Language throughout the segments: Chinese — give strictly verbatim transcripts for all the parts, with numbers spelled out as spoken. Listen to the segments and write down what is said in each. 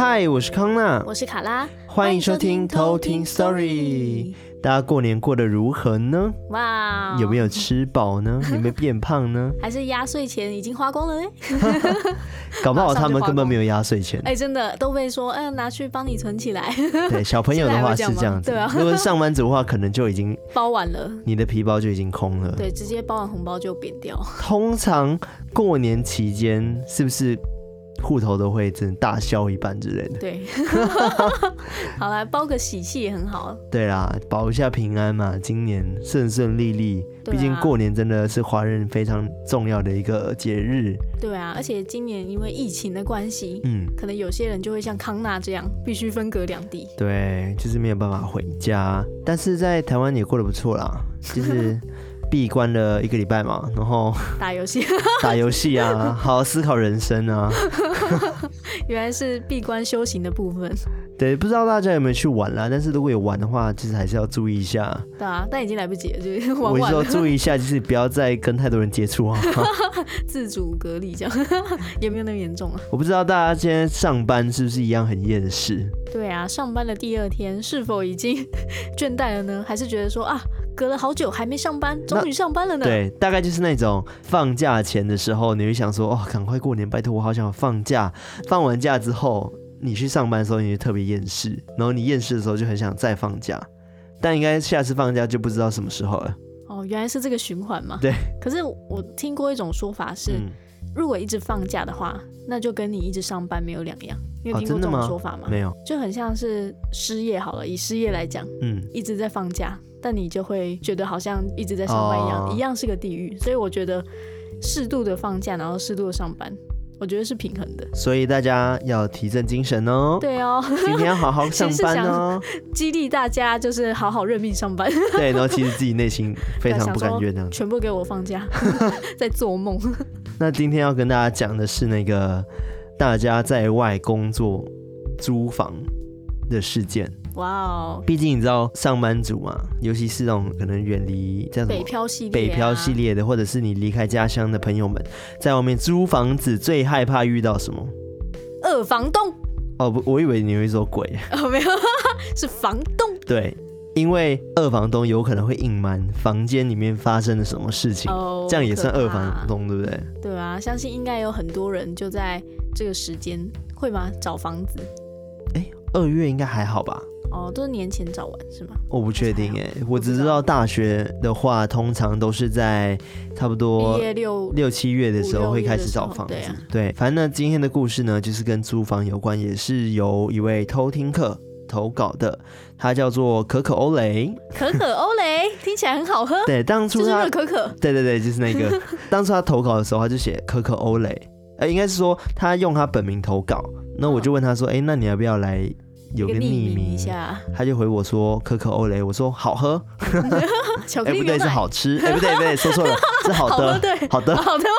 嗨，我是康娜， 我是卡拉， 欢迎收听偷听 Story。大家过年过得如何呢？ 哇， 有没有吃饱呢？有没有变胖呢？ 还是压岁钱已经花光了呢？ 搞不好他们根本没有压岁钱。 哎、欸，真的都被说，哎、欸，拿去帮你存起来。 对，小朋友的话是这样子。 对啊， 如果是上班族的话，可能就已经包完了， 你的皮包就已经空了。 对，直接包完红包就扁掉。 通常过年期间是不是户头都会真的大消一半之类的？ 对，好啦，包个喜气也很好。 对啦，保一下平安嘛，今年顺顺利利。毕竟过年真的是华人非常重要的一个节日。 对啊，而且今年因为疫情的关系， 嗯， 可能有些人就会像康纳这样，必须分隔两地。 对，就是没有办法回家。但是在台湾也过得不错啦，就是闭关了一个礼拜嘛，然后打游戏， 打游戏啊，好好思考人生啊。 原来是闭关修行的部分。 对，不知道大家有没有去玩啦？但是如果有玩的话，其实还是要注意一下。 对啊，但已经来不及了，就是玩完了。 我是说注意一下，就是不要再跟太多人接触啊。 自主隔离这样，也没有那么严重啊。 我不知道大家今天上班是不是一样很厌世？ 对啊，上班的第二天是否已经倦怠了呢？还是觉得说啊，隔了好久还没上班，终于上班了呢？ 对，大概就是那种放假前的时候，你会想说，哦，赶快过年，拜托，我好想放假。放完假之后，你去上班的时候，你就特别厌世，然后你厌世的时候就很想再放假，但应该下次放假就不知道什么时候了。 哦，原来是这个循环嘛。 对。 可是我听过一种说法是，嗯、如果一直放假的话，那就跟你一直上班没有两样。你有听过这种说法吗？ 哦、没有， 就很像是失业好了，以失业来讲，嗯，一直在放假，但你就会觉得好像一直在上班一样，哦、一样是个地狱。所以我觉得适度的放假，然后适度的上班。我觉得是平衡的， 所以大家要提振精神哦。 对哦， 今天要好好上班哦， 激励大家就是好好认命上班。 对，然后其实自己内心非常不甘愿这样， 全部给我放假，在做梦。 那今天要跟大家讲的是那个大家在外工作租房的事件。 哇哦！ 毕竟你知道上班族嘛，尤其是那种可能远离叫什么北漂系列、啊、 北漂系列的，或者是你离开家乡的朋友们，在外面租房子最害怕遇到什么？ 二房东。 哦不，我以为你会说鬼。 哦没有，是房东。 对，因为二房东有可能会隐瞒房间里面发生了什么事情，哦、这样也算二房东，对不对？ 对啊，相信应该有很多人就在这个时间会吗？找房子？ 哎，二月应该还好吧？ 哦，都是年前找完是吗？ 我不确定哎，我只知道大学的话，通常都是在差不多毕业六六七月的时候会开始找房子。对, 啊、对，反正呢，今天的故事呢，就是跟租房有关，也是由一位偷听客投稿的，他叫做可可欧蕾。 可可欧蕾听起来很好喝。 对，当初他就是热可可。 对对对，就是那个。当初他投稿的时候，他就写可可欧蕾，呃，应该是说他用他本名投稿。那我就问他说，哎、欸，那你要不要来？有个匿名一下， 他就回我说可可欧蕾，我说好喝， 巧克力牛奶，哎、欸、不对，是好吃，哎、欸、不对不对，说错了，是好的， 好对， 好的， 好的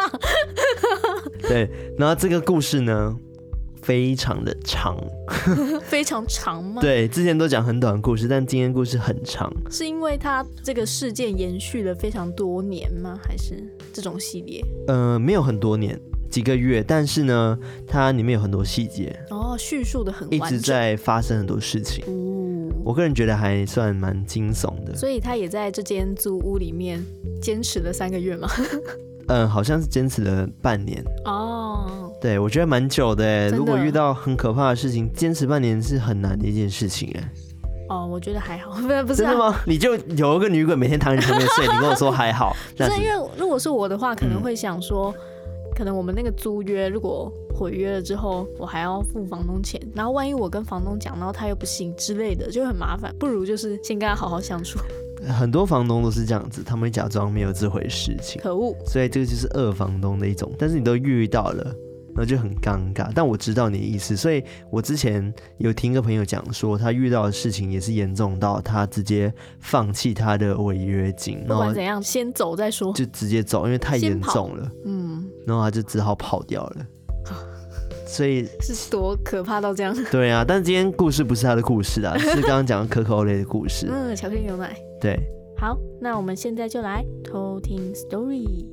对，然后这个故事呢，非常的长， 非常长吗？ 对，之前都讲很短的故事，但今天故事很长， 是因为它这个事件延续了非常多年吗？还是这种系列？ 呃，没有很多年。几个月，但是呢，它里面有很多细节哦，叙述的很完整，一直在发生很多事情。哦，我个人觉得还算蛮惊悚的。 所以他也在这间租屋里面坚持了三个月吗？ 嗯，好像是坚持了半年。哦，对，我觉得蛮久的哎。如果遇到很可怕的事情，坚持半年是很难的一件事情哎。 哦，我觉得还好，不是不是、啊、 真的吗？你就有一个女鬼每天躺在你旁边睡，你跟我说还好？ 不是，因为如果是我的话，可能会想说。嗯，可能我们那个租约如果毁约了之后，我还要付房东钱，然后万一我跟房东讲，然后他又不信之类的，就很麻烦。不如就是先跟他好好相处。 很多房东都是这样子，他们假装没有这回事情。 可恶！ 所以这个就是二房东的一种，但是你都遇到了，然后就很尴尬。但我知道你的意思，所以我之前有听个朋友讲说，他遇到的事情也是严重到他直接放弃他的违约金， 不管怎样，先走再说， 就直接走，因为太严重了。嗯，然后他就只好跑掉了。所以是多可怕到这样？ 对啊，但是今天故事不是他的故事啊，是刚刚讲的可可欧蕾的故事。 嗯，巧克力牛奶。 对， 好，那我们现在就来偷听 story。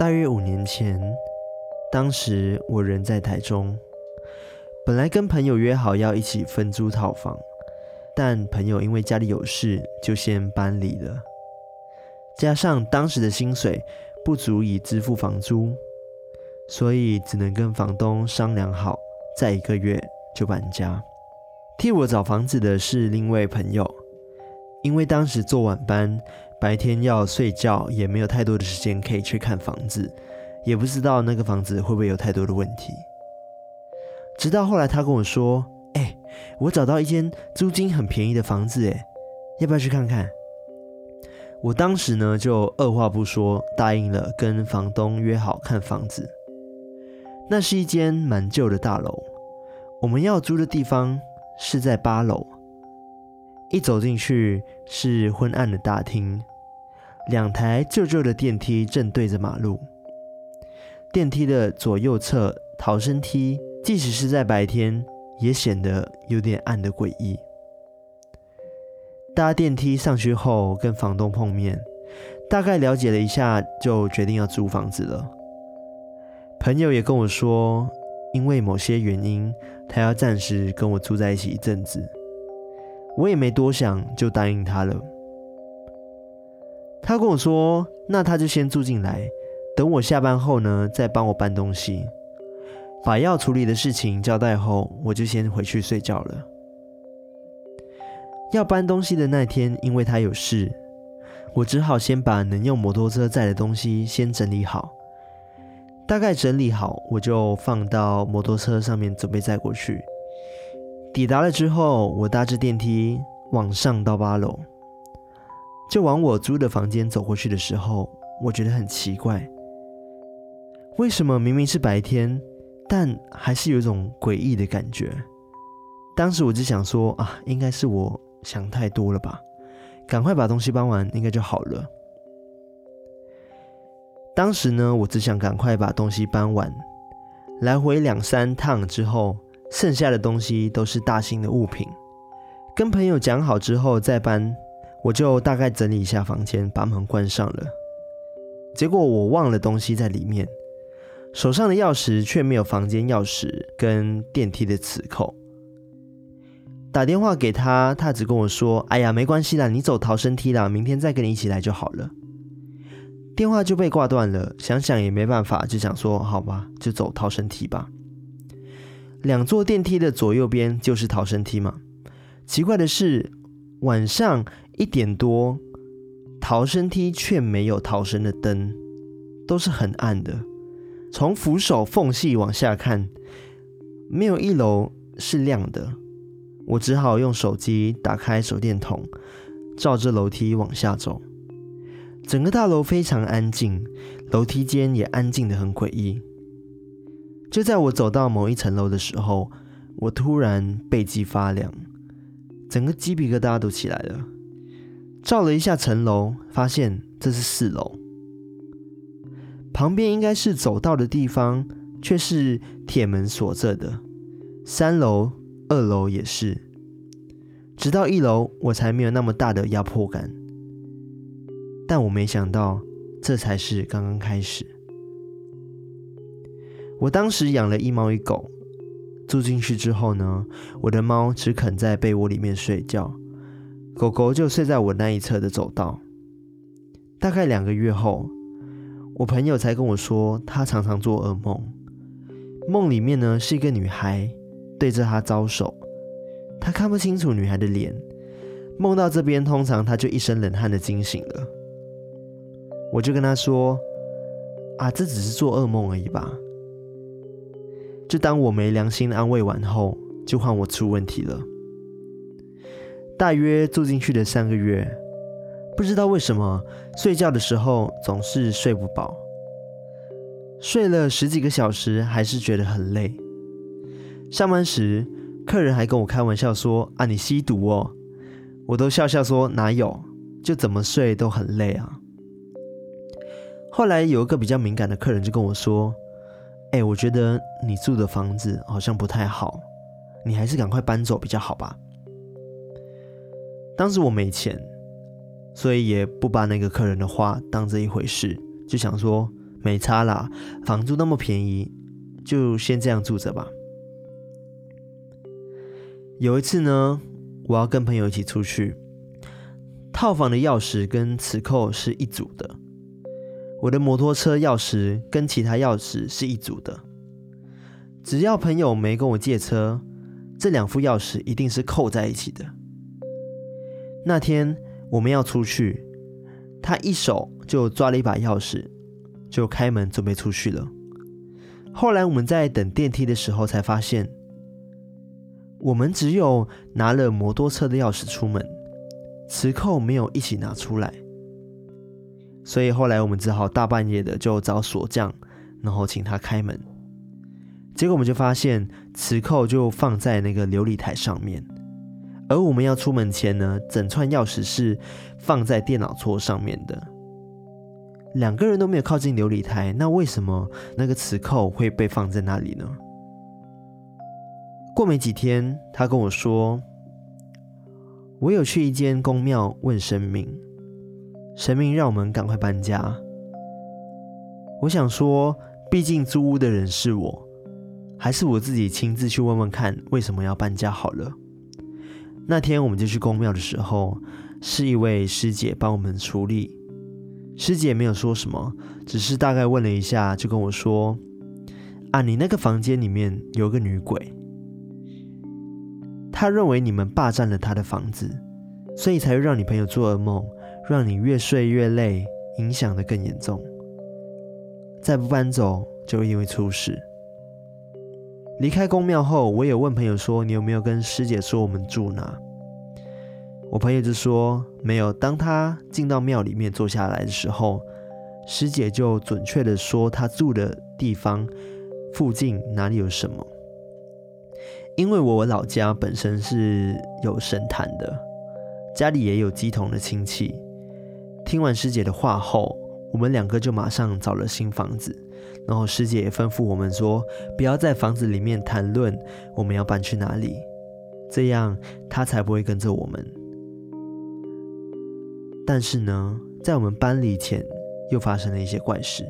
大约五年前，当时我人在台中，本来跟朋友约好要一起分租套房，但朋友因为家里有事，就先搬离了。加上当时的薪水不足以支付房租，所以只能跟房东商量好，再一个月就搬家。替我找房子的是另一位朋友，因为当时做晚班，白天要睡觉，也没有太多的时间可以去看房子，也不知道那个房子会不会有太多的问题。直到后来他跟我说，欸，我找到一间租金很便宜的房子，欸，要不要去看看？我当时呢就二话不说答应了，跟房东约好看房子。那是一间蛮旧的大楼，我们要租的地方是在八楼。一走进去是昏暗的大厅，两台旧旧的电梯正对着马路。电梯的左右侧逃生梯，即使是在白天，也显得有点暗的诡异。搭电梯上去后，跟房东碰面，大概了解了一下，就决定要租房子了。朋友也跟我说，因为某些原因，他要暂时跟我住在一起一阵子。我也没多想，就答应他了。他跟我说，那他就先住进来，等我下班后呢，再帮我搬东西。把要处理的事情交代后，我就先回去睡觉了。要搬东西的那天，因为他有事，我只好先把能用摩托车载的东西先整理好。大概整理好，我就放到摩托车上面准备载过去。抵达了之后，我搭着电梯往上到八楼，就往我租的房间走过去的时候，我觉得很奇怪，为什么明明是白天，但还是有一种诡异的感觉。当时我就想说啊，应该是我想太多了吧，赶快把东西搬完应该就好了。当时呢，我只想赶快把东西搬完，来回两三趟之后，剩下的东西都是大型的物品。跟朋友讲好之后再搬，我就大概整理一下房间，把门关上了。结果我忘了东西在里面，手上的钥匙却没有房间钥匙跟电梯的磁扣。打电话给他，他只跟我说，哎呀，没关系啦，你走逃生梯啦，明天再跟你一起来就好了。电话就被挂断了，想想也没办法，就想说好吧，就走逃生梯吧。两座电梯的左右边就是逃生梯嘛。奇怪的是，晚上一点多，逃生梯却没有逃生的灯，都是很暗的。从扶手缝隙往下看，没有一楼是亮的。我只好用手机打开手电筒，照着楼梯往下走。整个大楼非常安静，楼梯间也安静得很诡异。就在我走到某一层楼的时候，我突然背脊发凉，整个鸡皮疙瘩都起来了。照了一下层楼，发现这是四楼。旁边应该是走道的地方，却是铁门锁着的。三楼、二楼也是。直到一楼，我才没有那么大的压迫感。但我没想到，这才是刚刚开始。我当时养了一猫一狗，住进去之后呢，我的猫只肯在被窝里面睡觉，狗狗就睡在我那一侧的走道。大概两个月后，我朋友才跟我说，他常常做噩梦，梦里面呢是一个女孩对着他招手，他看不清楚女孩的脸，梦到这边通常他就一身冷汗的惊醒了。我就跟他说，啊，这只是做噩梦而已吧。就当我没良心安慰完后，就换我出问题了。大约住进去的三个月，不知道为什么睡觉的时候总是睡不饱，睡了十几个小时还是觉得很累。上班时客人还跟我开玩笑说，啊，你吸毒哦，我都笑笑说哪有，就怎么睡都很累啊。后来有一个比较敏感的客人就跟我说，哎、欸，我觉得你住的房子好像不太好，你还是赶快搬走比较好吧。当时我没钱，所以也不把那个客人的话当这一回事，就想说没差啦，房租那么便宜，就先这样住着吧。有一次呢，我要跟朋友一起出去，套房的钥匙跟磁扣是一组的，我的摩托车钥匙跟其他钥匙是一组的。只要朋友没跟我借车，这两副钥匙一定是扣在一起的。那天我们要出去，他一手就抓了一把钥匙，就开门准备出去了。后来我们在等电梯的时候才发现，我们只有拿了摩托车的钥匙出门，磁扣没有一起拿出来。所以后来我们只好大半夜的就找锁匠，然后请他开门。结果我们就发现磁扣就放在那个流理台上面，而我们要出门前呢，整串钥匙是放在电脑桌上面的。两个人都没有靠近流理台，那为什么那个磁扣会被放在那里呢？过没几天，他跟我说，我有去一间宫庙问神明，神明让我们赶快搬家。我想说，毕竟租屋的人是我，还是我自己亲自去问问看为什么要搬家好了。那天我们就去宫庙的时候，是一位师姐帮我们处理。师姐没有说什么，只是大概问了一下，就跟我说，啊，你那个房间里面有个女鬼，她认为你们霸占了她的房子，所以才会让你朋友做噩梦，让你越睡越累，影响得更严重。再不搬走，就一定会出事。离开宫庙后，我有问朋友说，你有没有跟师姐说我们住哪？我朋友就说没有。当他进到庙里面坐下来的时候，师姐就准确的说他住的地方附近哪里有什么。因为我老家本身是有神坛的，家里也有乩童的亲戚。听完师姐的话后，我们两个就马上找了新房子，然后师姐也吩咐我们说，不要在房子里面谈论我们要搬去哪里，这样她才不会跟着我们。但是呢，在我们搬离前，又发生了一些怪事。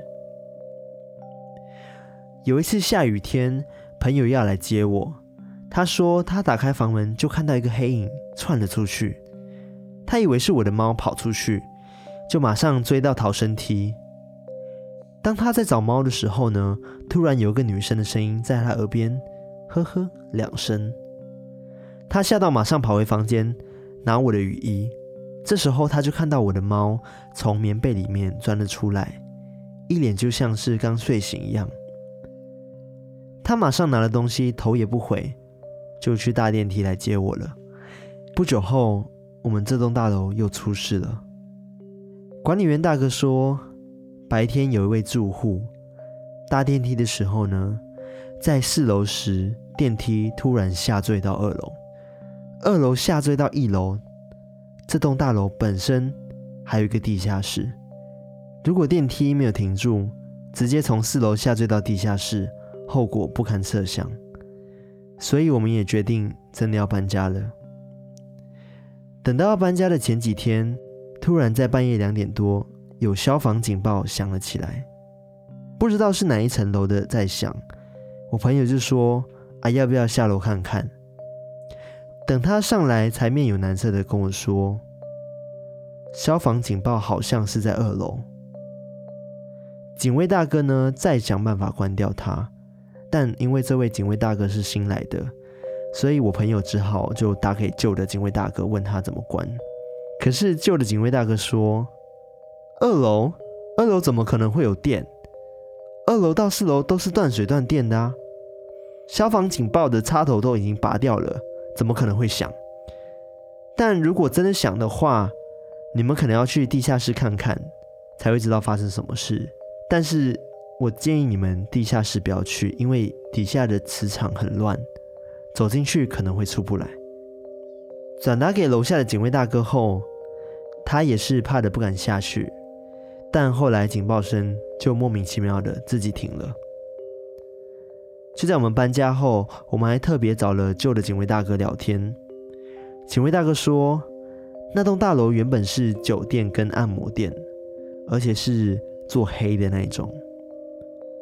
有一次下雨天，朋友要来接我，他说他打开房门就看到一个黑影窜了出去，他以为是我的猫跑出去，就马上追到逃生梯。当他在找猫的时候呢，突然有一个女生的声音在他耳边呵呵两声，他吓到马上跑回房间拿我的雨衣。这时候他就看到我的猫从棉被里面钻了出来，一脸就像是刚睡醒一样。他马上拿了东西，头也不回，就去搭电梯来接我了。不久后，我们这栋大楼又出事了。管理员大哥说，白天有一位住户搭电梯的时候呢，在四楼时电梯突然下坠到二楼，二楼下坠到一楼。这栋大楼本身还有一个地下室，如果电梯没有停住，直接从四楼下坠到地下室，后果不堪设想。所以我们也决定真的要搬家了。等到要搬家的前几天，突然在半夜两点多，有消防警报响了起来，不知道是哪一层楼的在响。我朋友就说，啊，要不要下楼看看？等他上来，才面有难色的跟我说，消防警报好像是在二楼。警卫大哥呢，再想办法关掉它，但因为这位警卫大哥是新来的，所以我朋友只好就打给旧的警卫大哥，问他怎么关。可是旧的警卫大哥说，二楼，二楼怎么可能会有电？二楼到四楼都是断水断电的啊！消防警报的插头都已经拔掉了，怎么可能会响？但如果真的响的话，你们可能要去地下室看看，才会知道发生什么事。但是我建议你们地下室不要去，因为底下的磁场很乱，走进去可能会出不来。转达给楼下的警卫大哥后，他也是怕得不敢下去，但后来警报声就莫名其妙的自己停了。就在我们搬家后，我们还特别找了旧的警卫大哥聊天。警卫大哥说，那栋大楼原本是酒店跟按摩店，而且是做黑的那一种。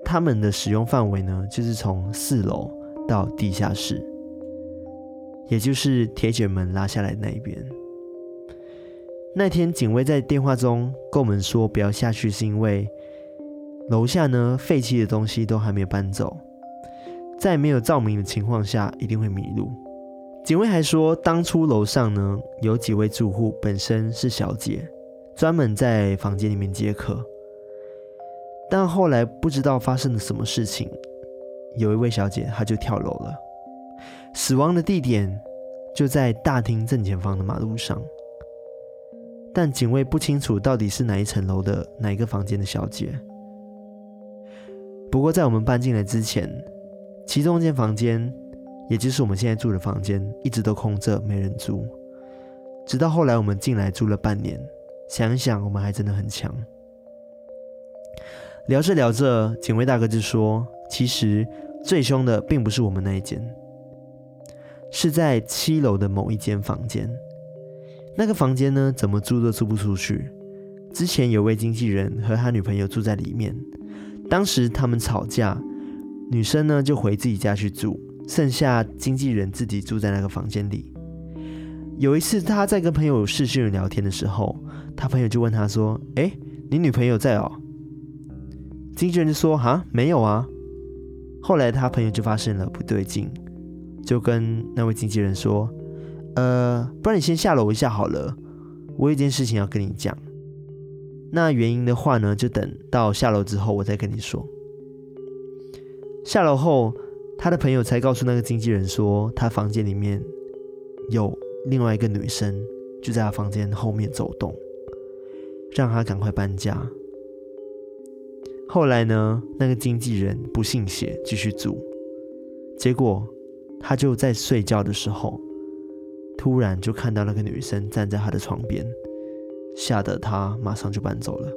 他们的使用范围呢，就是从四楼到地下室，也就是铁卷门拉下来的那一边。那天警卫在电话中跟我们说不要下去，是因为楼下呢废弃的东西都还没有搬走，在没有照明的情况下一定会迷路。警卫还说，当初楼上呢有几位住户本身是小姐，专门在房间里面接客，但后来不知道发生了什么事情，有一位小姐她就跳楼了，死亡的地点就在大厅正前方的马路上，但警卫不清楚到底是哪一层楼的哪一个房间的小姐。不过在我们搬进来之前，其中一间房间，也就是我们现在住的房间，一直都空着没人住，直到后来我们进来住了半年，想一想我们还真的很强。聊着聊着，警卫大哥就说，其实最凶的并不是我们那一间，是在七楼的某一间房间。那个房间呢，怎么租都租不出去。之前有位经纪人和他女朋友住在里面，当时他们吵架，女生呢就回自己家去住，剩下经纪人自己住在那个房间里。有一次他在跟朋友视讯聊天的时候，他朋友就问他说，诶，你女朋友在哦？经纪人就说，哈，没有啊。后来他朋友就发现了不对劲，就跟那位经纪人说，呃，不然你先下楼一下好了，我有一件事情要跟你讲。那原因的话呢，就等到下楼之后我再跟你说。下楼后，他的朋友才告诉那个经纪人说，他房间里面有另外一个女生就在他房间后面走动，让他赶快搬家。后来呢，那个经纪人不信邪继续住，结果他就在睡觉的时候，突然就看到那个女生站在他的床边，吓得他马上就搬走了。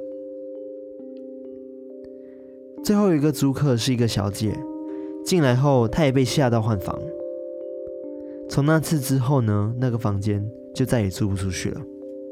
最后一个租客是一个小姐，进来后她也被吓到换房。从那次之后呢，那个房间就再也租不出去了。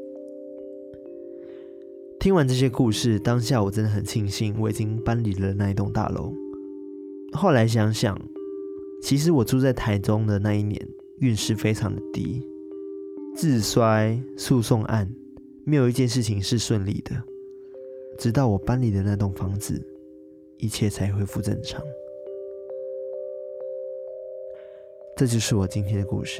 听完这些故事，当下我真的很庆幸我已经搬离了那一栋大楼。后来想想，其实我住在台中的那一年运势非常的低，自衰、诉讼案，没有一件事情是顺利的。直到我搬离的那栋房子，一切才恢复正常。这就是我今天的故事。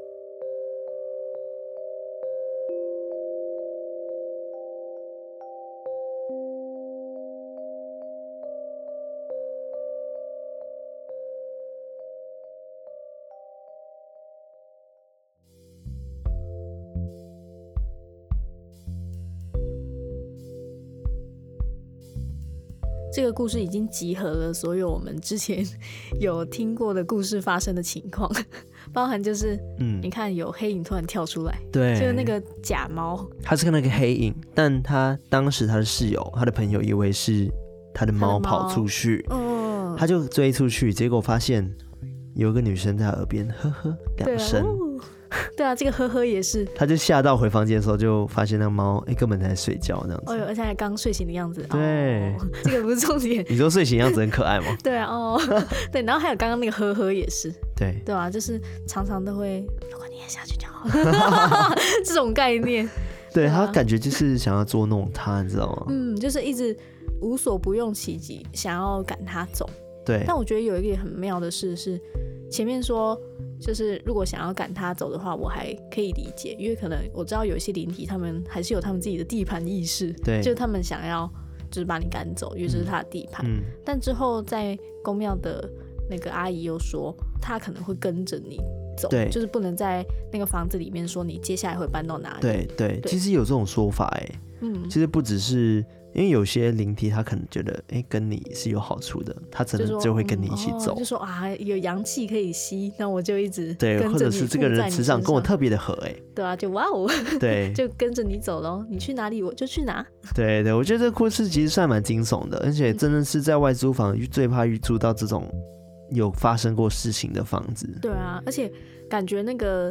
这个故事已经集合了所有我们之前有听过的故事发生的情况，包含就是，嗯，你看有黑影突然跳出来， 对， 就是那个假猫， 他是那个黑影，但他当时他的室友、他的朋友以为是他的猫跑出去，嗯，他就追出去，结果发现有个女生在他耳边呵呵两声。 对啊，这个呵呵也是， 他就吓到回房间的时候，就发现那个猫哎、欸、根本在睡觉那样子， 哦，而且还刚睡醒的样子。 对， 哦、这个不是重点。 你说睡醒样子很可爱吗？ 对啊，哦，对，然后还有刚刚那个呵呵也是， 对， 对啊，就是常常都会，如果你也下去就好，这种概念。 对，他感觉就是想要捉弄他，你知道吗？ 嗯，就是一直无所不用其极，想要赶他走。 对， 但我觉得有一个很妙的事是，前面说。就是如果想要赶他走的话，我还可以理解，因为可能我知道有一些灵体，他们还是有他们自己的地盘意识， 对， 就是他们想要就是把你赶走，因为这是他的地盘。嗯、但之后在宫庙的那个阿姨又说，他可能会跟着你走， 对， 就是不能在那个房子里面说你接下来会搬到哪里。 对 对, 对，其实有这种说法哎、欸，嗯，其实不只是。因为有些灵体他可能觉得哎、欸、跟你是有好处的，他可能就会跟你一起走， 就说、嗯哦、就说啊有阳气可以吸，那我就一直对，或者是这个人磁场跟我特别的合哎、欸， 对啊，就哇哦，对，就跟着你走咯，你去哪里我就去哪。 对对，我觉得这个故事其实算蛮惊悚的，而且真的是在外租房最怕遇住到这种有发生过事情的房子。 对啊，而且感觉那个。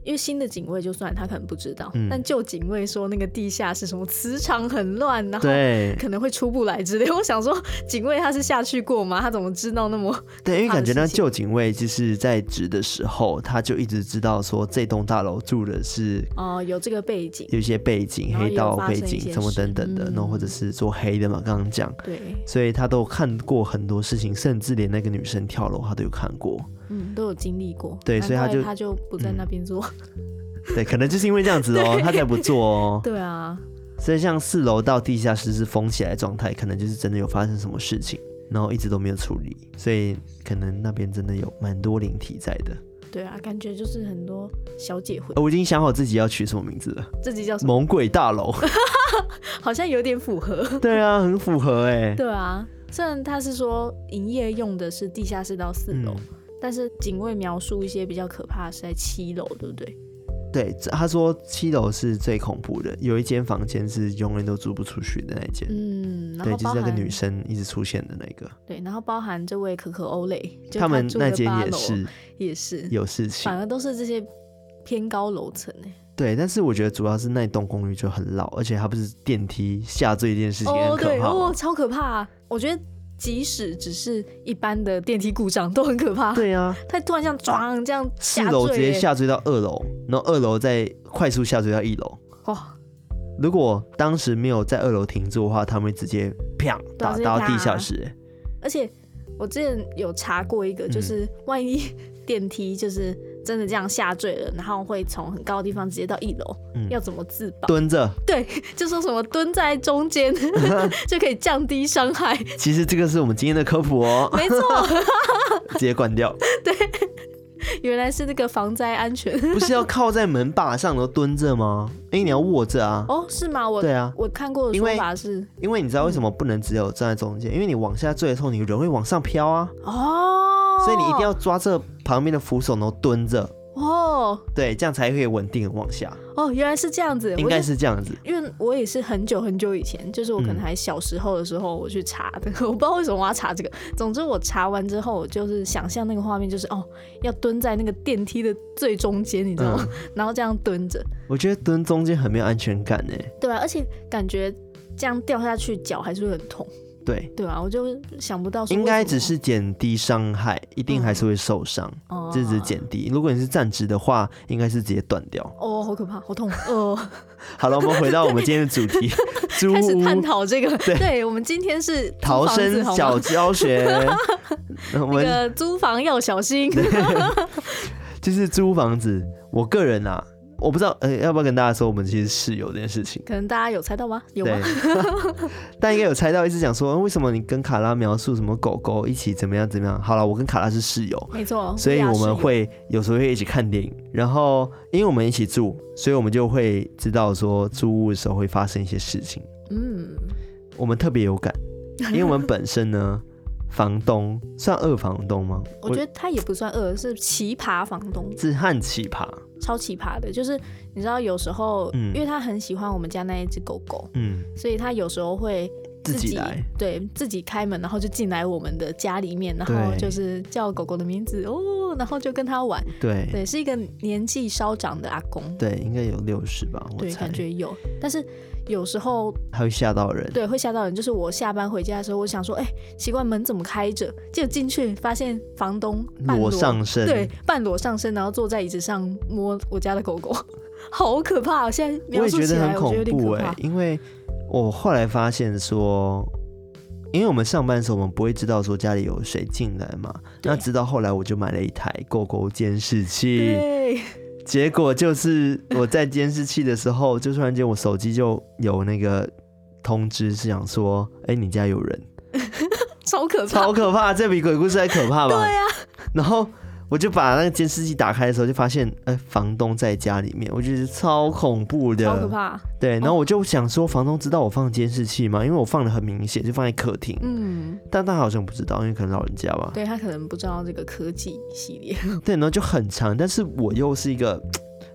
因为新的警卫就算他可能不知道， 嗯、 但旧警卫说那个地下室什么磁场很乱，然后对可能会出不来之类。我想说，警卫他是下去过吗？他怎么知道那么？ 对，因为感觉那旧警卫就是在职的时候，他就一直知道说这栋大楼住的是哦、呃、有这个背景， 有一些背景、黑道背景什么等等的，然后、嗯、或者是做黑的嘛，刚刚讲， 对， 所以他都有看过很多事情，甚至连那个女生跳楼他都有看过， 嗯，都有经历过， 对，所以他就他就不在那边做。 嗯对，可能就是因为这样子哦，他才不做哦。 对啊， 所以像四楼到地下室是封起来的状态，可能就是真的有发生什么事情，然后一直都没有处理，所以可能那边真的有蛮多灵体在的。 对啊，感觉就是很多小姐魂。 我已经想好自己要取什么名字了， 自己叫什么？ 猛鬼大楼， 好像有点符合。 对啊，很符合哎、欸。 对啊，虽然他是说营业用的是地下室到四楼、嗯，但是警卫描述一些比较可怕的是在七楼，对不对？ 对，他说七楼是最恐怖的，有一间房间是永远都租不出去的那一间。 嗯，然后对，就是那个女生一直出现的那个。 对，然后包含这位可可欧蕾，就他们那间也是也是有事情， 反而都是这些偏高楼层哎。 对，但是我觉得主要是那栋公寓就很老，而且它不是电梯下坠这件事情很可怕、 哦，对哦，超可怕、啊。我觉得即使只是一般的电梯故障都很可怕。 对啊， 它突然像撞这样下坠， 四楼直接下坠到二楼，然后二楼再快速下坠到一楼。哇！如果当时没有在二楼停住的话，他们会直接啪打到地下室。 而且我之前有查过一个，就是万一电梯就是真的这样下坠了，然后会从很高的地方直接到一楼、嗯，要怎么自保？ 蹲着。对， 就说什么蹲在中间就可以降低伤害。 其实这个是我们今天的科普哦。 没错。 直接关掉。 对，原来是那个防灾安全。 不是要靠在门把上然后蹲着吗？因为你要握着啊。 哦，是吗？我对啊， 我看过的说法是， 因为, 因为你知道为什么不能只有站在中间、嗯？因为你往下坠的时候，你人会往上飘啊。 哦， 所以你一定要抓这旁边的扶手，然后蹲着。 哦， 对，这样才可以稳定的往下。 哦，原来是这样子， 应该是这样子。 因为我也是很久很久以前，就是我可能还小时候的时候，我去查的、嗯，我不知道为什么我要查这个。总之我查完之后，我就是想象那个画面，就是哦，要蹲在那个电梯的最中间，你知道吗？嗯、然后这样蹲着。 我觉得蹲中间很没有安全感哎。 对啊，而且感觉这样掉下去，脚还是会很痛。对对啊，我就想不到说应该只是减低伤害，一定还是会受伤，嗯、这只是减低。如果你是站直的话，应该是直接断掉。 哦，好可怕，好痛哦！ 好了，我们回到我们今天的主题， 开始探讨这个。对，对我们今天是逃生小教学， 那个租房要小心。 就是租房子，我个人啊。我不知道，呃，要不要跟大家说我们其实室友这件事情？ 可能大家有猜到吗？有吗？ 大家应该有猜到，一直讲说为什么你跟卡拉描述什么狗狗一起怎么样怎么样？好了，我跟卡拉是室友， 没错， 所以我们会有时候会一起看电影，然后因为我们一起住，所以我们就会知道说租屋的时候会发生一些事情。嗯，我们特别有感，因为我们本身呢。房东算二房东吗？ 我觉得他也不算二，是奇葩房东， 是很奇葩， 超奇葩的。就是你知道，有时候、嗯、因为他很喜欢我们家那一只狗狗，嗯，所以他有时候会自己, 自己来，对自己开门，然后就进来我们的家里面，然后就是叫狗狗的名字哦，然后就跟他玩。对对，是一个年纪稍长的阿公， 对，应该有六十吧，我猜。 对，感觉有，但是。有时候他会吓到人， 对，会吓到人。就是我下班回家的时候，我想说，哎、欸，奇怪，门怎么开着？结果进去发现房东半裸上身， 对，半裸上身，然后坐在椅子上摸我家的狗狗，好可怕、喔！现在描述起来，我觉得有点可怕。 因为我后来发现说，因为我们上班的时候，我们不会知道说家里有谁进来嘛。那直到后来，我就买了一台狗狗监视器。 对。 结果就是我在监视器的时候，就突然间我手机就有那个通知，是想说，哎、欸，你家有人， 超可怕， 超可怕，这比鬼故事还可怕吧？ 对啊。 然后我就把那个监视器打开的时候，就发现，哎、欸，房东在家里面，我觉得超恐怖的， 超可怕。 对，然后我就想说，房东知道我放监视器吗？因为我放的很明显，就放在客厅。嗯。但他好像不知道，因为可能老人家吧。 对，他可能不知道这个科技系列。 对，然后就很长，但是我又是一个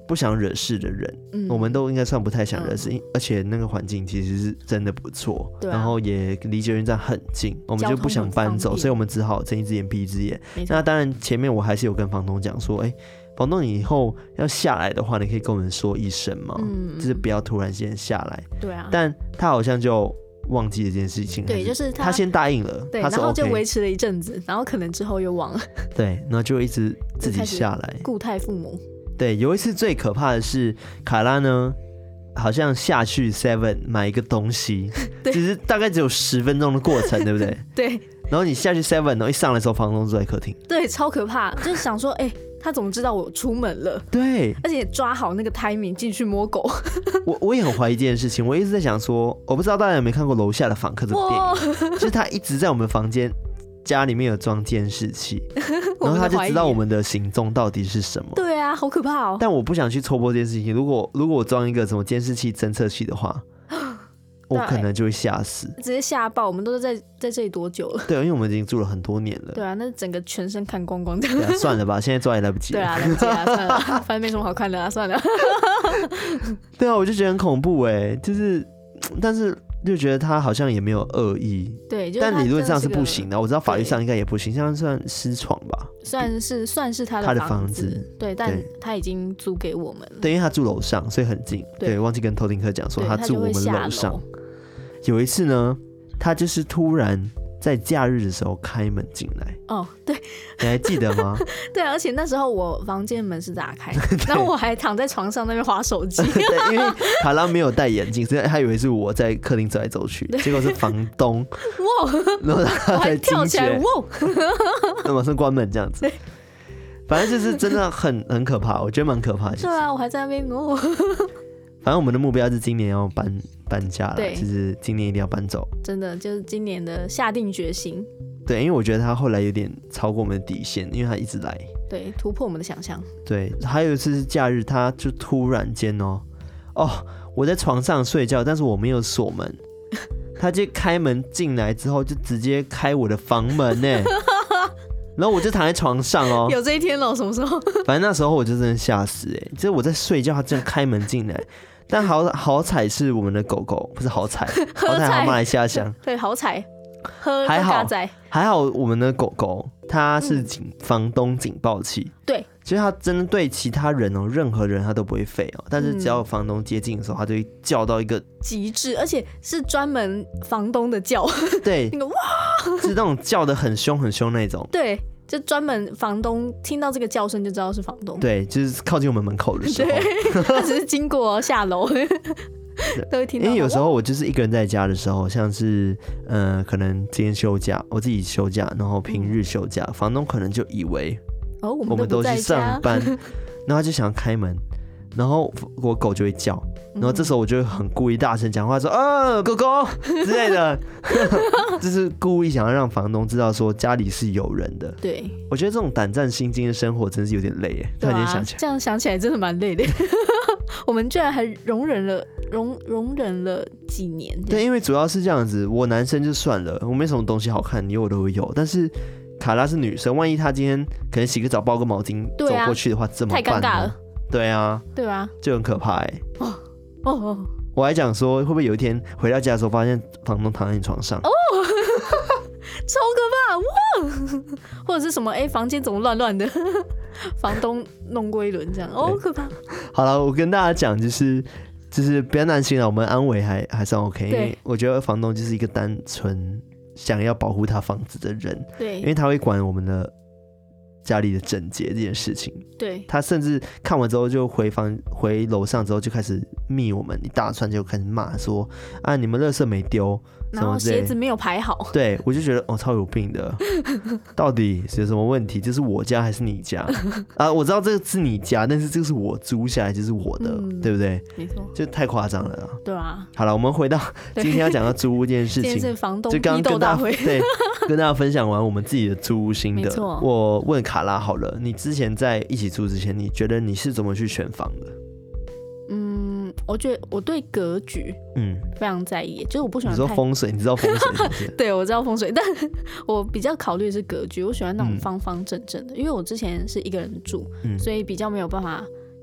不想惹事的人，嗯、我们都应该算不太想惹事，嗯、而且那个环境其实是真的不错，啊、然后也离捷运站很近，我们就不想搬走，所以我们只好睁一只眼闭一只眼。那当然前面我还是有跟房东讲说，哎、欸，房东你以后要下来的话，你可以跟我们说一声嘛，嗯、就是不要突然间下来。对啊，但他好像就忘记了这件事情， 对，就是 他, 他先答应了， 对， 他是 OK, 然后就维持了一阵子，然后可能之后又忘了， 对，然后就一直自己下来， 固态父母。 对，有一次最可怕的是卡拉呢，好像下去 Seven 买一个东西，其实大概只有十分钟的过程，对不对？ 对。 然后你下去 Seven， 然后一上来的时候，房东坐在客厅， 对，超可怕，就是想说，哎、欸。他怎么知道我出门了？ 对， 而且抓好那个 timing 进去摸狗。 我我也很怀疑这件事情，我一直在想说，我不知道大家有没有看过《楼下的访客》这部电影，就是他一直在我们房间家里面有装监视器，然后他就知道我们的行踪到底是什么。对啊，好可怕哦！ 但我不想去戳破这件事情。如果如果我装一个什么监视器侦测器的话，我可能就会吓死， 直接吓爆。我们都是在在这里多久了？ 对，因为我们已经住了很多年了。 对啊，那整个全身看光光的。 对啊，算了吧，现在抓也来不及了。 对啊，来不及了，算了，反正没什么好看的啊，算了。 对啊，我就觉得很恐怖哎，就是，但是就觉得他好像也没有恶意。 对，就是、 但理论上是不行的，我知道法律上应该也不行，像算私闯吧。 算是算是他的房子，他的房子对，但他已经租给我们了。 对，因为他住楼上，所以很近。对，对忘记跟偷听客讲说他住我们楼上。有一次呢，他就是突然在假日的时候开门进来。哦，对，你还记得吗？ 对，而且那时候我房间门是打开，然后我还躺在床上那边滑手机。 对，因为卡拉没有戴眼镜，所以他以为是我在客厅走来走去，结果是房东。哇！然后他才惊觉，哇！那马上关门这样子。反正就是真的很很可怕，我觉得蛮可怕的。 对啊，我还在那边哦。 反正我们的目标是今年要搬搬家了，就是今年一定要搬走。 真的就是今年的下定决心。 对，因为我觉得他后来有点超过我们的底线，因为他一直来， 对，突破我们的想象。 对，还有一次是假日，他就突然间哦哦，我在床上睡觉，但是我没有锁门，他就开门进来之后就直接开我的房门呢。然后我就躺在床上哦， 有这一天了，什么时候？ 反正那时候我就真的吓死哎、欸，就是我在睡觉，他真的开门进来，但好好彩是我们的狗狗，不是好彩，好彩好马来西亚香， 对，好彩，喝还好还好我们的狗狗它是警、嗯、房东警报器，对，其实它针对其他人哦，任何人它都不会吠哦，但是只要房东接近的时候，它就会叫到一个极致，而且是专门房东的叫， 对，那个哇，是那种叫的很凶很凶那种， 对。就专门房东听到这个叫声就知道是房东， 对，就是靠近我们门口的时候， 他只是经过下楼都会听到。 因为有时候我就是一个人在家的时候，像是呃，可能今天休假，我自己休假，然后平日休假，嗯、房东可能就以为哦我们都去上班，然后他就想要开门，然后我狗就会叫。然后这时候我就会很故意大声讲话说，呃、哦，狗狗之类的，就是故意想要让房东知道说家里是有人的。对，我觉得这种胆战心惊的生活真是有点累耶。突然间想起来， 这样想起来真的蛮累的。我们居然还容忍了容容忍了几年。 对，因为主要是这样子，我男生就算了，我没什么东西好看，你有我都会有，但是卡拉是女生，万一她今天可能洗个澡包个毛巾、啊、走过去的话，怎么办呢？太尴尬了。对啊，对啊，就很可怕哎。哦哦哦！我还讲说，会不会有一天回到家的时候，发现房东躺在你床上？哦， 超可怕哇！或者是什么？哎、欸，房间怎么乱乱的？房东弄过一轮这样，哦，可怕。 好了，我跟大家讲，就是就是不要担心了，我们安危还还算 OK， 因为我觉得房东就是一个单纯想要保护他房子的人，对，因为他会管我们的家里的整洁这件事情，对，他甚至看完之后就回房回楼上之后就开始密我们一大串，就开始骂说啊你们垃圾没丢， 然后鞋子没有排好， 对，我就觉得哦超有病的，到底是有什么问题？这是我家还是你家啊？我知道这个是你家，但是这个是我租下来就是我的，嗯、对不对？没错，就太夸张了啦。对啊。好了，我们回到今天要讲到租屋这件事情，今天是房东就刚刚跟大家对跟大家分享完我们自己的租屋心得。我问卡拉好了，你之前在一起住之前，你觉得你是怎么去选房的？ 嗯，我觉得我对格局嗯非常在意，就是我不喜欢你说风水，你知道风水是不是？ 对，我知道风水，但我比较考虑的是格局，我喜欢那种方方正正的，嗯、因为我之前是一个人住，嗯、所以比较没有办法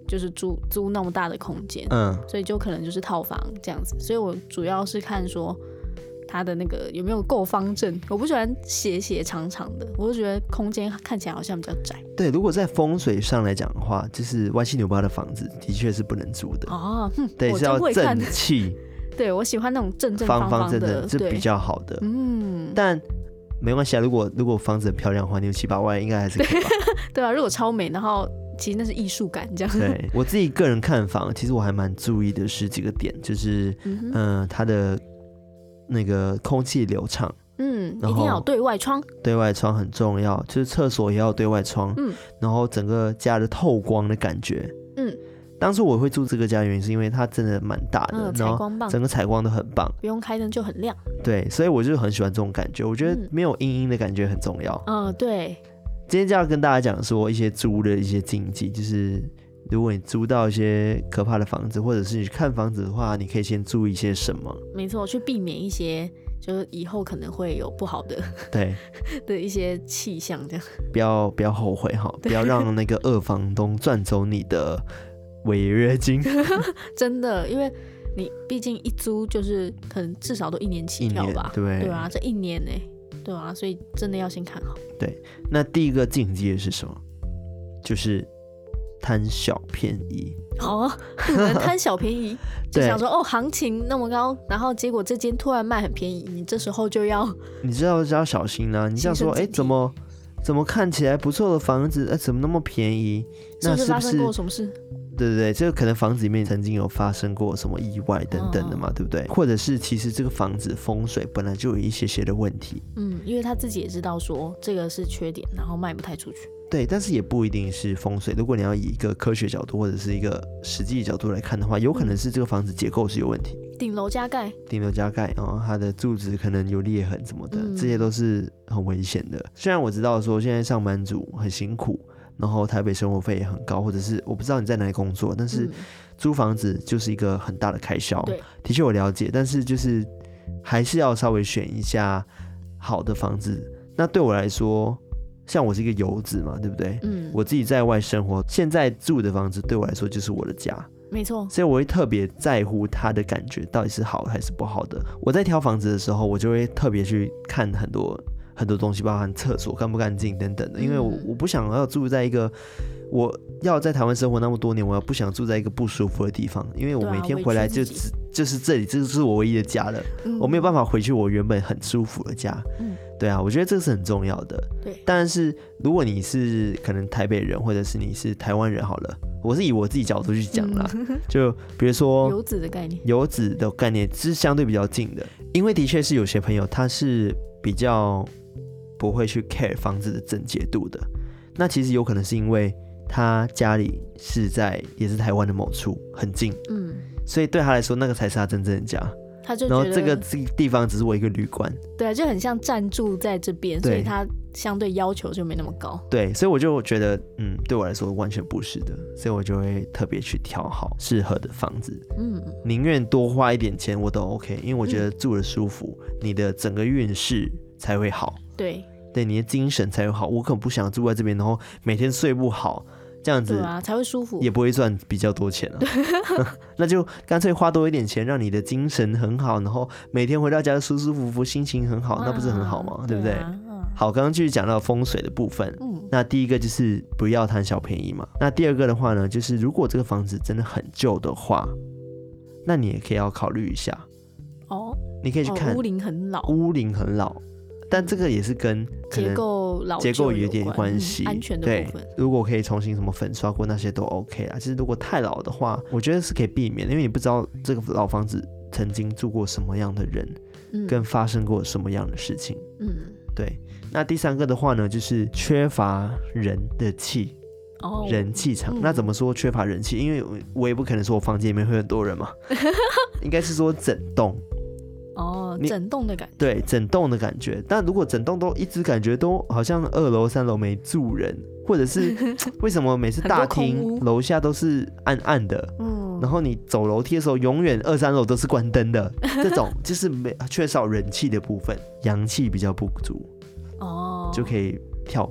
就是租租那么大的空间， 嗯， 所以就可能就是套房这样子。所以我主要是看说它的那个有没有够方正，我不喜欢斜斜长长的，我就觉得空间看起来好像比较窄。 对，如果在风水上来讲的话，就是歪七扭八的房子的确是不能住的哦。哼对， 我是要真会看正气， 对我喜欢那种正正方方正的，对正是比较好的。 嗯， 但没关系啊，如果如果房子很漂亮的话，你有七八万应该还是可以吧？ 对啊，如果超美，然后其实那是艺术感这样。 对我自己个人看房，其实我还蛮注意的是几个点，就是嗯、呃，它的那个空气流畅， 嗯，一定要有对外窗， 对外窗很重要，就是厕所也要有对外窗，嗯，然后整个家的透光的感觉，嗯，当初我会住这个家的原因是因为它真的蛮大的， 嗯，采光棒， 整个采光都很棒， 不用开灯就很亮， 对，所以我就很喜欢这种感觉，我觉得没有阴阴的感觉很重要， 嗯，对。 今天就要跟大家讲说一些租的一些禁忌，就是如果你租到一些可怕的房子，或者是你看房子的话，你可以先注意一些什么？ 没错，去避免一些就是以后可能会有不好的对的一些气象，这样不要不要后悔哈，不要让那个二房东赚走你的违约金。 真的，因为你毕竟一租就是可能至少都一年起跳吧， 对对啊，这一年呢、欸，对啊，所以真的要先看好。 对，那第一个禁忌是什么？就是贪小便宜。 哦，有人贪小便宜，就想说哦，行情那么高，然后结果这间突然卖很便宜，你这时候就要， 你知道就要小心啦、啊。你这样说，哎，怎么怎么看起来不错的房子，哎，怎么那么便宜？那是不是发生过什么事？ 对对对，这个可能房子里面曾经有发生过什么意外等等的嘛，哦、对不对？或者是其实这个房子风水本来就有一些些的问题。 嗯，因为他自己也知道说这个是缺点，然后卖不太出去。 对，但是也不一定是风水。如果你要以一个科学角度或者是一个实际角度来看的话，有可能是这个房子结构是有问题， 顶楼加盖， 顶楼加盖，然后它的柱子可能有裂痕什么的，嗯、这些都是很危险的。虽然我知道说现在上班族很辛苦，然后台北生活费也很高，或者是我不知道你在哪里工作，但是租房子就是一个很大的开销。 对， 的确我了解，但是就是还是要稍微选一下好的房子。那对我来说，像我是一个游子嘛，对不对？嗯，我自己在外生活，现在住的房子对我来说就是我的家， 没错。 所以我会特别在乎它的感觉到底是好还是不好的。我在挑房子的时候，我就会特别去看很多很多东西，包含厕所干不干净等等的，因为我我不想要住在一个，我要在台湾生活那么多年，我要不想住在一个不舒服的地方，因为我每天回来就只、啊、就是这里，这是我唯一的家了、嗯，我没有办法回去我原本很舒服的家。嗯，对啊，我觉得这是很重要的。 对， 但是如果你是可能台北人，或者是你是台湾人好了，我是以我自己角度去讲啦、嗯，就比如说游子的概念， 游子的概念是相对比较近的，因为的确是有些朋友他是比较不会去 care 房子的整洁度的，那其实有可能是因为他家里是在也是台湾的某处很近，嗯，所以对他来说那个才是他真正的家， 他就觉得然后这个地方只是我一个旅馆， 对啊，就很像暂住在这边，所以他相对要求就没那么高， 对，所以我就觉得嗯，对我来说完全不是的，所以我就会特别去挑好适合的房子，嗯，宁愿多花一点钱我都 OK， 因为我觉得住得舒服、嗯、你的整个运势才会好， 对对，你的精神才会好。我可能不想住在这边，然后每天睡不好，这样子对啊才会舒服， 也不会赚比较多钱啊。那就干脆花多一点钱，让你的精神很好，然后每天回到家舒舒服服，心情很好，那不是很好吗？对不对？啊嗯、好，刚刚继续讲到风水的部分。嗯，那第一个就是不要贪小便宜嘛。那第二个的话呢，就是如果这个房子真的很旧的话，那你也可以要考虑一下。哦，你可以去看、 哦、屋龄很老， 屋龄很老。但这个也是跟结构老结构有点关系、 嗯，安全的部分。 如果可以重新什么粉刷过那些都 OK 啦。其实如果太老的话，我觉得是可以避免，因为你不知道这个老房子曾经住过什么样的人，嗯、跟发生过什么样的事情。嗯，对。那第三个的话呢，就是缺乏人的气。哦，人气场、嗯、那怎么说缺乏人气？因为我也不可能说我房间里面会很多人嘛，应该是说整栋。 哦，整栋的感觉， 对，整栋的感觉。但如果整栋都一直感觉都好像二楼三楼没住人，或者是为什么每次大厅楼下都是暗暗的，嗯，然后你走楼梯的时候永远二三楼都是关灯的，这种就是没缺少人气的部分，阳气比较不足，哦，就可以跳过。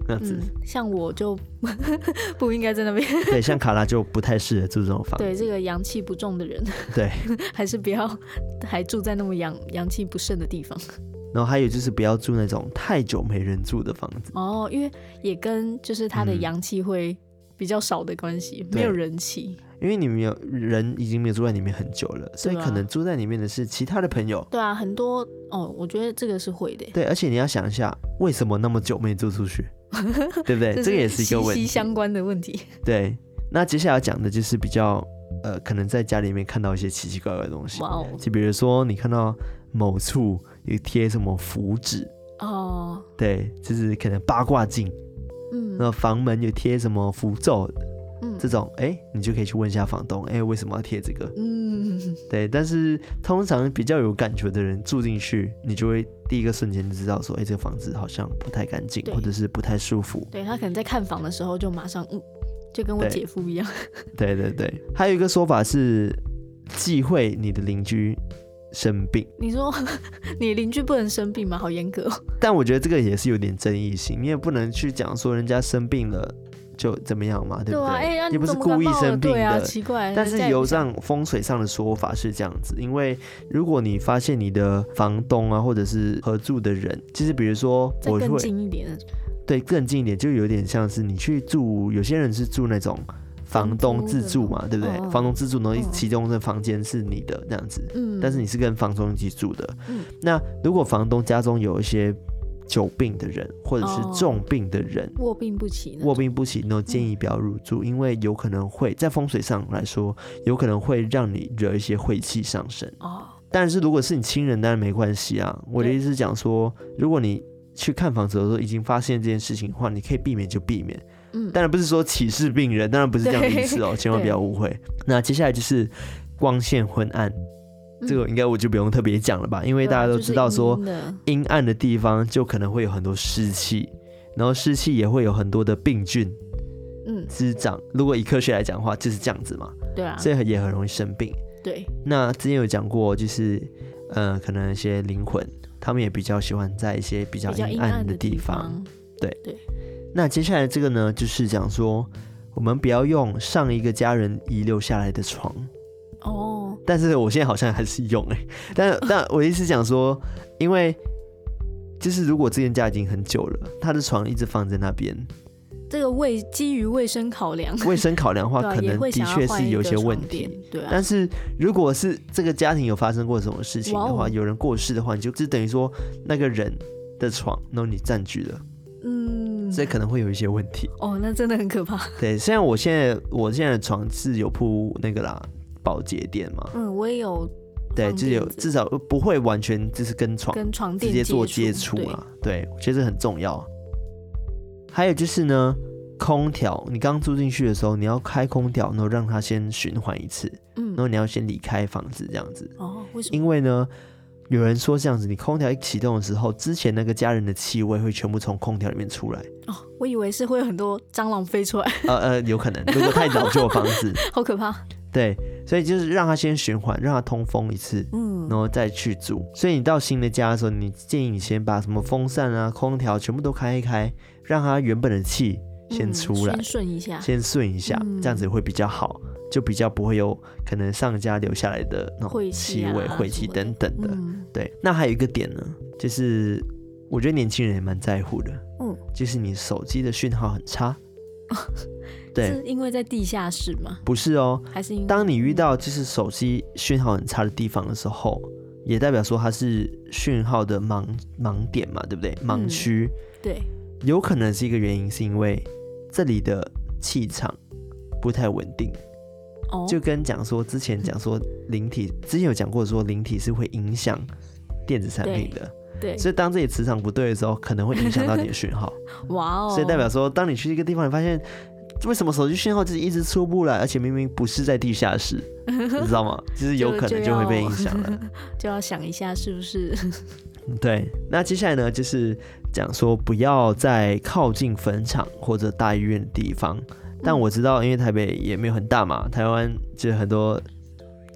这样子。 嗯、像我就不应该在那边。 对，像卡拉就不太适合住这种房子。 对，这个阳气不重的人， 对， 还是不要还住在那么阳阳气不盛的地方。 然后还有就是不要住那种太久没人住的房子。 哦，因为也跟就是它的阳气会比较少的关系，嗯、没有人气。 因为你们有人已经没有住在里面很久了，所以可能住在里面的是其他的朋友。 对啊，很多哦，我觉得这个是会的。 对，而且你要想一下，为什么那么久没租出去，对不对？这个也是一个问题， 息息相关的问题。 对，那接下来要讲的就是比较呃，可能在家里面看到一些奇奇怪怪的东西。哇哦！就比如说你看到某处有贴什么符纸哦，对，就是可能八卦镜，嗯，那房门有贴什么符咒。嗯、这种哎，你就可以去问一下房东，哎，为什么要贴这个？嗯，对。但是通常比较有感觉的人住进去，你就会第一个瞬间就知道说，哎，这个房子好像不太干净，或者是不太舒服。 对，他可能在看房的时候就马上，嗯，就跟我姐夫一样。 对对对，还有一个说法是忌讳你的邻居生病。 你说你邻居不能生病吗？好严格哦。 但我觉得这个也是有点争议性，你也不能去讲说人家生病了就怎么样嘛，对不对？ 对啊， 也不是故意生病的， 对啊，奇怪。 但是有这样风水上的说法是这样子，因为如果你发现你的房东啊，或者是合住的人，其实比如说我会再更近一点， 对，更近一点，就有点像是你去住，有些人是住那种房东自住嘛，对不对？哦、房东自住，然后其中的房间是你的这样子，嗯，但是你是跟房东一起住的，嗯，那如果房东家中有一些久病的人或者是重病的人， 卧病不起， 卧病不起，那建议不要入住，嗯、因为有可能会在风水上来说，有可能会让你惹一些晦气上身。哦，但是如果是你亲人，当然没关系啊。我的意思是讲说，如果你去看房子的时候已经发现这件事情的话，你可以避免就避免。嗯，当然不是说歧视病人，当然不是这样的意思哦，千万不要误会。那接下来就是光线昏暗。这个应该我就不用特别讲了吧，因为大家都知道说阴暗的地方就可能会有很多湿气，然后湿气也会有很多的病菌滋长。如果以科学来讲的话就是这样子嘛，对啊，所以也很容易生病。对，那之前有讲过就是呃，可能一些灵魂他们也比较喜欢在一些比较阴暗的地方。对对，那接下来这个呢就是讲说我们不要用上一个家人遗留下来的床哦，但是我现在好像还是用哎、欸，但但我意思讲说，因为就是如果这间家已经很久了，他的床一直放在那边， 这个卫基于卫生考量， 卫生考量的话，可能的确是有些问题。对、啊，但是如果是这个家庭有发生过什么事情的话，有人过世的话，你就只等于说那个人的床，然后你占据了，嗯，所以可能会有一些问题。 哦，那真的很可怕。 对，虽然我现在我现在的床是有铺那个啦。保洁垫嘛， 嗯，我也有， 对，就是有至少不会完全就是跟床跟床垫直接做接触啊，对，我觉得这很重要。还有就是呢，空调，你刚住进去的时候，你要开空调，然后让它先循环一次，嗯，然后你要先离开房子这样子。哦，为什么？因为呢，有人说这样子，你空调一启动的时候，之前那个家人的气味会全部从空调里面出来。 哦，我以为是会有很多蟑螂飞出来。 呃呃，有可能，如果太老旧的房子， 好可怕。 对，所以就是让它先循环，让它通风一次，嗯，然后再去住。所以你到新的家的时候，你建议你先把什么风扇啊、空调全部都开一开，让它原本的气先出来， 嗯、先顺一下， 先顺一下，嗯、这样子会比较好，就比较不会有可能上家留下来的那种气味、晦气、啊、等等的。嗯、对，那还有一个点呢，就是我觉得年轻人也蛮在乎的，嗯，就是你手机的讯号很差。对， 是因为在地下室吗？ 不是哦， 还是因为当你遇到就是手机讯号很差的地方的时候，也代表说它是讯号的盲盲点嘛，对不对？盲区、嗯，对，有可能是一个原因，是因为这里的气场不太稳定。哦，就跟讲说之前讲说灵体，之前有讲过说灵体是会影响电子产品的。对，所以当这里磁场不对的时候，可能会影响到你的讯号。哇哦！所以代表说，当你去一个地方，你发现为什么手机讯号就是一直出不来，而且明明不是在地下室，你知道吗？就是有可能就会被影响了。 就要想一下是不是？ 对，那接下来呢，就是讲说不要在靠近坟场或者大医院的地方。但我知道，因为台北也没有很大嘛，台湾就很多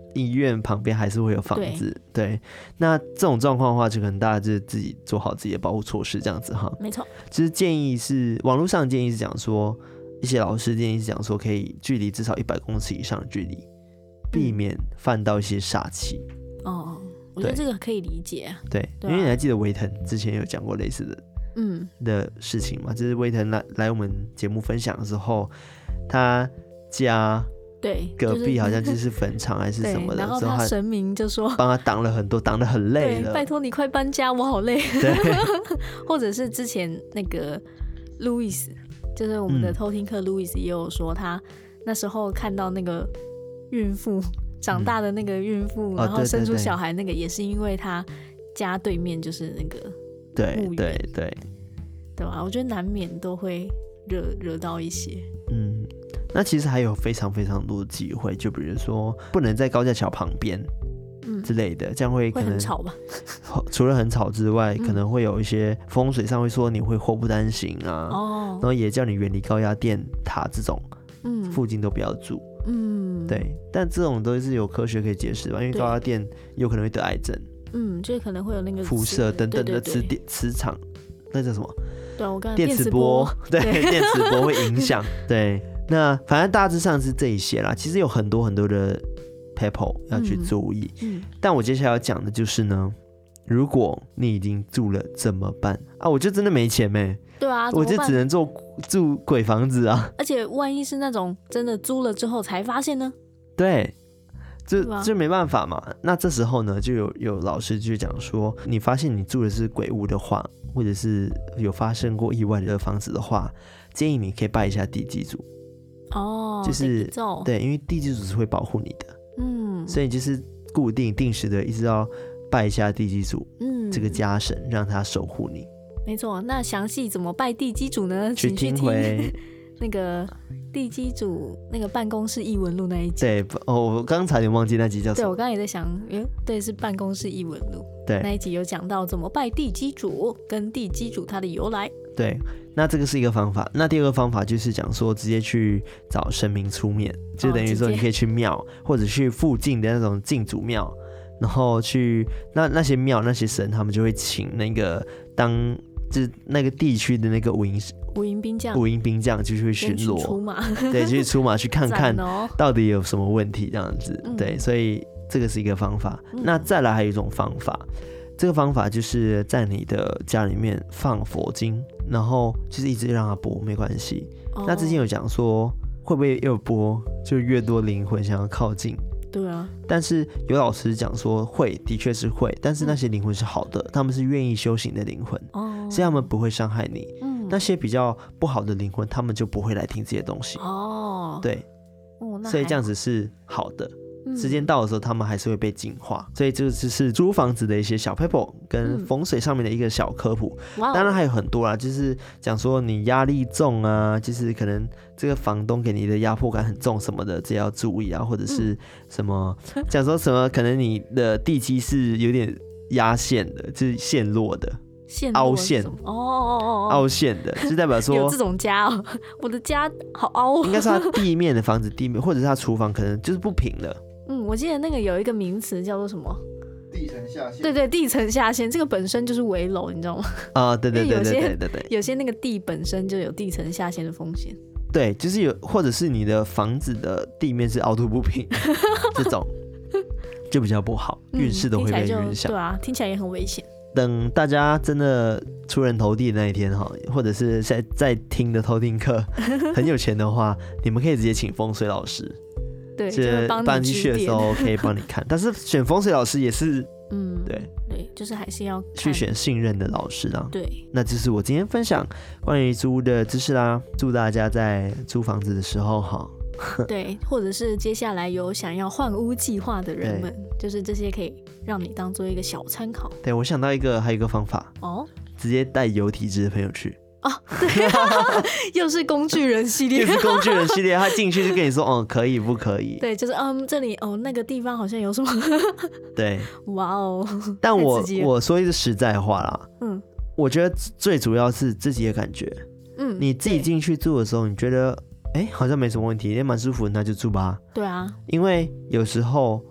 医院旁边还是会有房子， 对, 对，那这种状况的话，就可能大家就自己做好自己的保护措施，这样子哈。 没错， 其实建议是网络上的建议是讲说，一些老师建议是讲说，可以距离至少一百公尺以上的距离，避免犯到一些煞气。 哦、嗯，我觉得这个可以理解、啊。 对， 对啊、 因为你还记得维腾之前有讲过类似的嗯的事情嘛？就是维腾来来我们节目分享的时候，他家。 对， 隔壁好像就是坟场还是什么的， 然后他神明就说帮他挡了很多，挡得很累了。 拜托你快搬家，我好累。 对， 或者是之前那个路易斯，就是我们的偷听客路易斯也有说，他那时候看到那个孕妇长大的那个孕妇，嗯、然后生出小孩那个，也是因为他家对面就是那个墓园， 对对对， 对吧？我觉得难免都会惹惹到一些， 嗯。那其实还有非常非常多的机会，就比如说不能在高架桥旁边之类的，嗯、这样会可能会很吵吧？ 除了很吵之外，嗯、可能会有一些风水上会说你会祸不单行啊，哦、然后也叫你远离高压电塔这种，嗯，附近都不要住，嗯，对。但这种都是有科学可以解释吧？因为高压电有可能会得癌症， 嗯，就可能会有那个辐射等等的磁电磁场，那叫什么？ 对，我刚才电磁波，对，电磁波会影响，对。那反正大致上是这一些啦，其实有很多很多的 people 要去注意、嗯嗯、但我接下来要讲的就是呢，如果你已经住了怎么办啊？我就真的没钱没， 对啊， 我就只能住住鬼房子啊， 而且万一是那种真的租了之后才发现呢？ 对，就就没办法嘛。那这时候呢，就有有老师就讲说，你发现你住的是鬼屋的话，或者是有发生过意外的房子的话，建议你可以拜一下地基主。 哦， 就是对，因为地基主是会保护你的，嗯，所以就是固定定时的一直要拜一下地基主，嗯，这个家神让他守护你。 没错，那详细怎么拜地基主呢？ 去听回那个地基主那个办公室异闻录那一集。 对，哦，我刚才有点忘记那集叫什么。 对，我刚才也在想，诶，对，是办公室异闻录。对，那一集有讲到怎么拜地基主跟地基主它的由来。 对，那这个是一个方法。那第二个方法就是讲说，直接去找神明出面，就等于说你可以去庙、哦、或者去附近的那种进主庙，然后去那那些庙那些神，他们就会请那个当就是那个地区的那个武营武营兵将， 武营兵将就去巡逻， 出马， 对，就去出马去看看到底有什么问题这样子。哦、对，所以这个是一个方法。嗯、那再来还有一种方法。这个方法就是在你的家里面放佛经，然后就是一直让它播，没关系。哦、那之前有讲说，会不会越播就越多灵魂想要靠近？ 对啊。但是有老师讲说会，的确是会，但是那些灵魂是好的，嗯、他们是愿意修行的灵魂，哦、所以他们不会伤害你。嗯、那些比较不好的灵魂，他们就不会来听这些东西。哦。对。哦、所以这样子是好的。时间到的时候他们还是会被净化，所以这个就是租房子的一些小 paper 跟风水上面的一个小科普、嗯、当然还有很多啦，就是讲说你压力重啊，就是可能这个房东给你的压迫感很重什么的，这要注意啊，或者是什么讲、嗯、说什么可能你的地基是有点压线的，就是陷落的凹陷哦哦哦凹陷的，就代表说有这种家哦，我的家好凹， 应该是它地面的房子地面，或者是它厨房可能就是不平的。 嗯，我记得那个有一个名词叫做什么？ 地层下陷。 对对，地层下陷，这个本身就是危楼，你知道吗？ 啊、哦，对对对对对对对， 有些那个地本身就有地层下陷的风险。 对，就是有，或者是你的房子的地面是凹凸不平，这种就比较不好，运势、嗯、都会被影响。 对啊，听起来也很危险。 等大家真的出人头地的那一天哈，或者是在在听的偷听课很有钱的话，你们可以直接请风水老师。 对， 就是搬进去的时候可以帮你看，但是选风水老师也是，嗯，对对，就是还是要去选信任的老师啦。 对， 那这是我今天分享关于租屋的知识啦。祝大家在租房子的时候哈， 对，或者是接下来有想要换屋计划的人们，就是这些可以让你当做一个小参考。 对，我想到一个，还有一个方法哦，直接带有体质的朋友去。 哦，对、啊，又是工具人系列， 又是工具人系列，他进去就跟你说，哦，可以不可以？ 对，就是嗯，这里哦，那个地方好像有什么， 对， 哇哦， 但我我说一句实在话啦，嗯，我觉得最主要是自己的感觉，嗯，你自己进去住的时候，你觉得哎好像没什么问题，也蛮舒服，那就住吧。 对啊， 因为有时候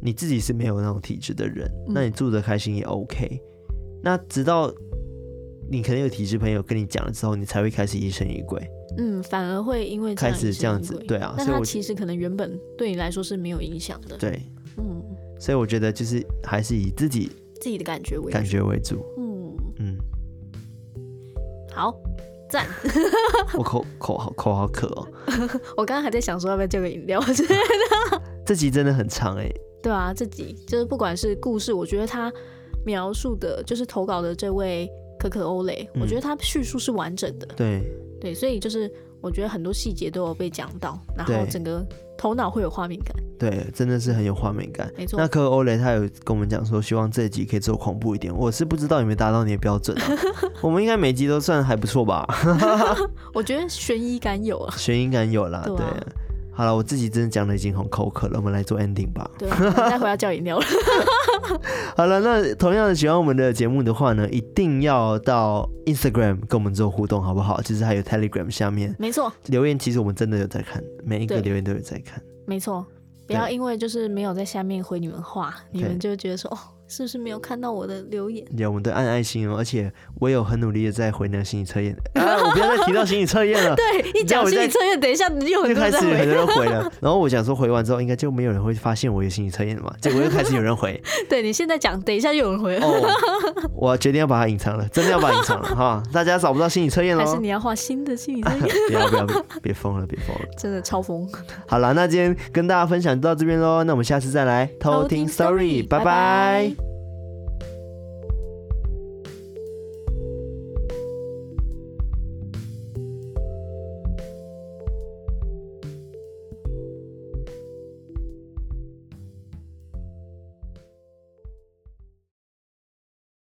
你自己是没有那种体质的人，嗯、那你住得开心也 OK。那直到你可能有体质朋友跟你讲了之后，你才会开始疑神疑鬼。 嗯，反而会因为这样开始这样子，对啊。 但他其实可能原本对你来说是没有影响的。 对，嗯。所以我觉得就是还是以自己自己的感觉为主感觉为主。 嗯嗯。 好，赞。 我口口好口好渴哦。 我刚刚还在想说要不要叫个饮料。 这集真的很长哎、欸。 对啊，这集就是不管是故事，我觉得他描述的，就是投稿的这位可可欧蕾、嗯，我觉得他叙述是完整的。 对对，所以就是我觉得很多细节都有被讲到，然后整个头脑会有画面感。 对，真的是很有画面感。 没错。 那可可欧蕾他有跟我们讲说，希望这一集可以做恐怖一点。我是不知道有没有达到你的标准、啊、我们应该每集都算还不错吧？ 我觉得悬疑感有啊， 悬疑感有啦。对、啊。对好了，我自己真的讲的已经很口渴了，我们来做 ending 吧。 对，待会要叫饮料了。 好了，那同样的喜欢我们的节目的话呢，一定要到 Instagram 跟我们做互动，好不好？其实还有 Telegram 下面， 没错， 留言其实我们真的有在看，每一个留言都有在看。 没错，不要因为就是没有在下面回你们话，你们就觉得说哦，是不是没有看到我的留言？ 对，我们都按爱心哦，而且我有很努力的在回那个心理测验。啊，我不要再提到心理测验了。 对，一讲心理测验，等一下你就很多人就开始很多人回了。然后我想说回完之后，应该就没有人会发现我有心理测验了嘛？结果又开始有人回。 对，你现在讲，等一下就有人回了。 哦，我决定要把它隐藏了，真的要把它隐藏了哈！大家找不到心理测验了。 还是你要画新的心理测验？ 不要不要，别疯了，别疯了， 真的超疯。 好了，那今天跟大家分享就到这边喽，那我们下次再来偷听 story， 拜拜。